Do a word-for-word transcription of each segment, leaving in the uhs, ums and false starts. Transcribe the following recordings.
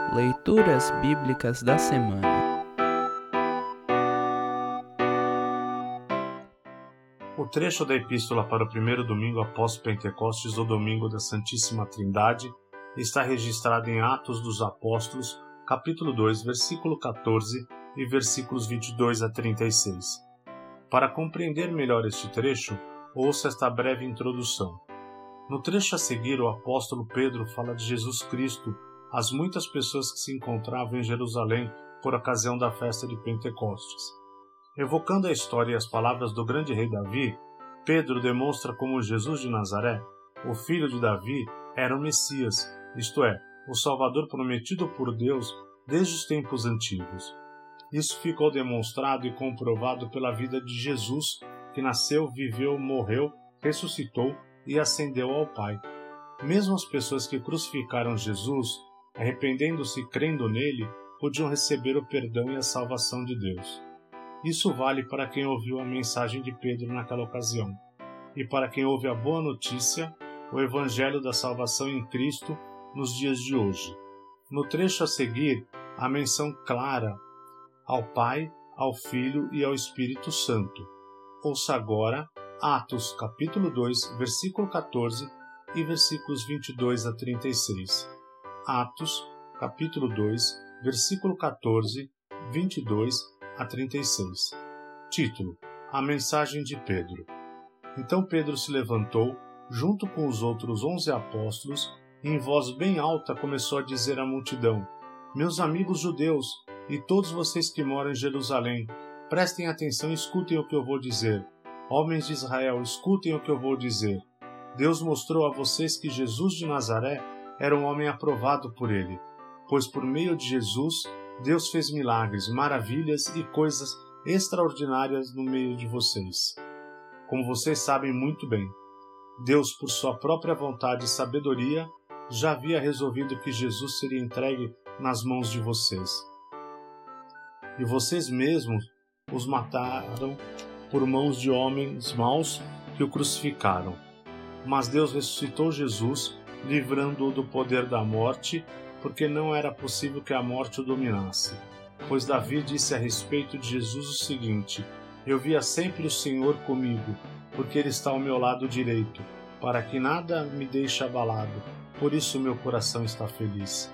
Leituras Bíblicas da Semana. O trecho da Epístola para o primeiro domingo após Pentecostes, ou Domingo da Santíssima Trindade, está registrado em Atos dos Apóstolos, capítulo dois, versículo quatorze e versículos vinte e dois a trinta e seis. Para compreender melhor este trecho, ouça esta breve introdução. No trecho a seguir, o apóstolo Pedro fala de Jesus Cristo às muitas pessoas que se encontravam em Jerusalém por ocasião da festa de Pentecostes. Evocando a história e as palavras do grande rei Davi, Pedro demonstra como Jesus de Nazaré, o filho de Davi, era o Messias, isto é, o Salvador prometido por Deus desde os tempos antigos. Isso ficou demonstrado e comprovado pela vida de Jesus, que nasceu, viveu, morreu, ressuscitou e ascendeu ao Pai. Mesmo as pessoas que crucificaram Jesus, arrependendo-se e crendo nele, podiam receber o perdão e a salvação de Deus. Isso vale para quem ouviu a mensagem de Pedro naquela ocasião, e para quem ouve a boa notícia, o Evangelho da salvação em Cristo nos dias de hoje. No trecho a seguir, há menção clara ao Pai, ao Filho e ao Espírito Santo. Ouça agora Atos capítulo dois, versículo quatorze e versículos vinte e dois a trinta e seis. Atos capítulo dois, versículo quatorze, vinte e dois a trinta e seis. Título: A mensagem de Pedro. Então Pedro se levantou, junto com os outros onze apóstolos, e em voz bem alta começou a dizer à multidão: Meus amigos judeus, e todos vocês que moram em Jerusalém, prestem atenção e escutem o que eu vou dizer. Homens de Israel, escutem o que eu vou dizer. Deus mostrou a vocês que Jesus de Nazaré era um homem aprovado por ele, pois por meio de Jesus, Deus fez milagres, maravilhas e coisas extraordinárias no meio de vocês. Como vocês sabem muito bem, Deus, por sua própria vontade e sabedoria, já havia resolvido que Jesus seria entregue nas mãos de vocês. E vocês mesmos os mataram por mãos de homens maus que o crucificaram. Mas Deus ressuscitou Jesus, livrando-o do poder da morte, porque não era possível que a morte o dominasse. Pois Davi disse a respeito de Jesus o seguinte: Eu via sempre o Senhor comigo, porque Ele está ao meu lado direito, para que nada me deixe abalado. Por isso meu coração está feliz.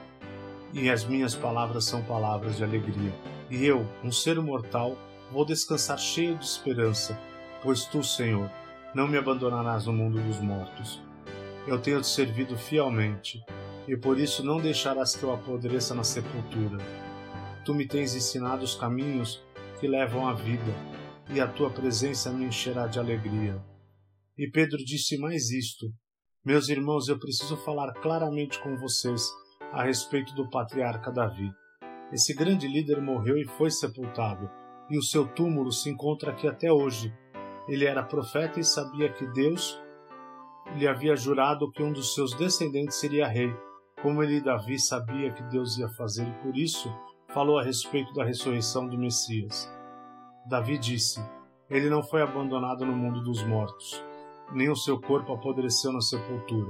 E as minhas palavras são palavras de alegria. E eu, um ser mortal, vou descansar cheio de esperança, pois Tu, Senhor, não me abandonarás no mundo dos mortos. Eu tenho te servido fielmente, e por isso não deixarás que eu apodreça na sepultura. Tu me tens ensinado os caminhos que levam à vida, e a Tua presença me encherá de alegria. E Pedro disse mais isto: Meus irmãos, eu preciso falar claramente com vocês a respeito do patriarca Davi. Esse grande líder morreu e foi sepultado, e o seu túmulo se encontra aqui até hoje. Ele era profeta e sabia que Deus lhe havia jurado que um dos seus descendentes seria rei, como ele, Davi, sabia que Deus ia fazer, e por isso falou a respeito da ressurreição do Messias. Davi disse: Ele não foi abandonado no mundo dos mortos, nem o seu corpo apodreceu na sepultura.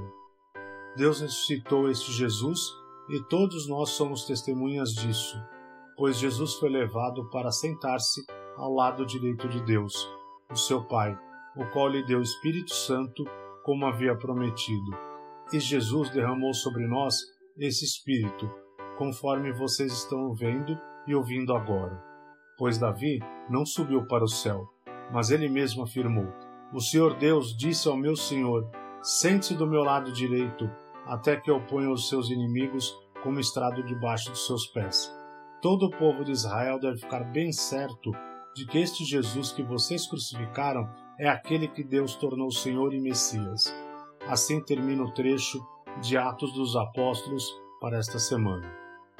Deus ressuscitou este Jesus, e todos nós somos testemunhas disso, pois Jesus foi levado para sentar-se ao lado direito de Deus, o seu Pai, o qual lhe deu o Espírito Santo, como havia prometido. E Jesus derramou sobre nós esse Espírito, conforme vocês estão vendo e ouvindo agora. Pois Davi não subiu para o céu, mas ele mesmo afirmou: O Senhor Deus disse ao meu Senhor: Sente-se do meu lado direito, até que eu ponha os seus inimigos como estrado debaixo dos seus pés. Todo o povo de Israel deve ficar bem certo de que este Jesus que vocês crucificaram é aquele que Deus tornou Senhor e Messias. Assim termina o trecho de Atos dos Apóstolos para esta semana.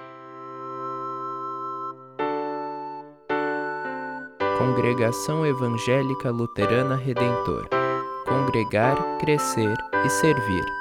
Congregação Evangélica Luterana Redentor. Congregar, crescer e servir.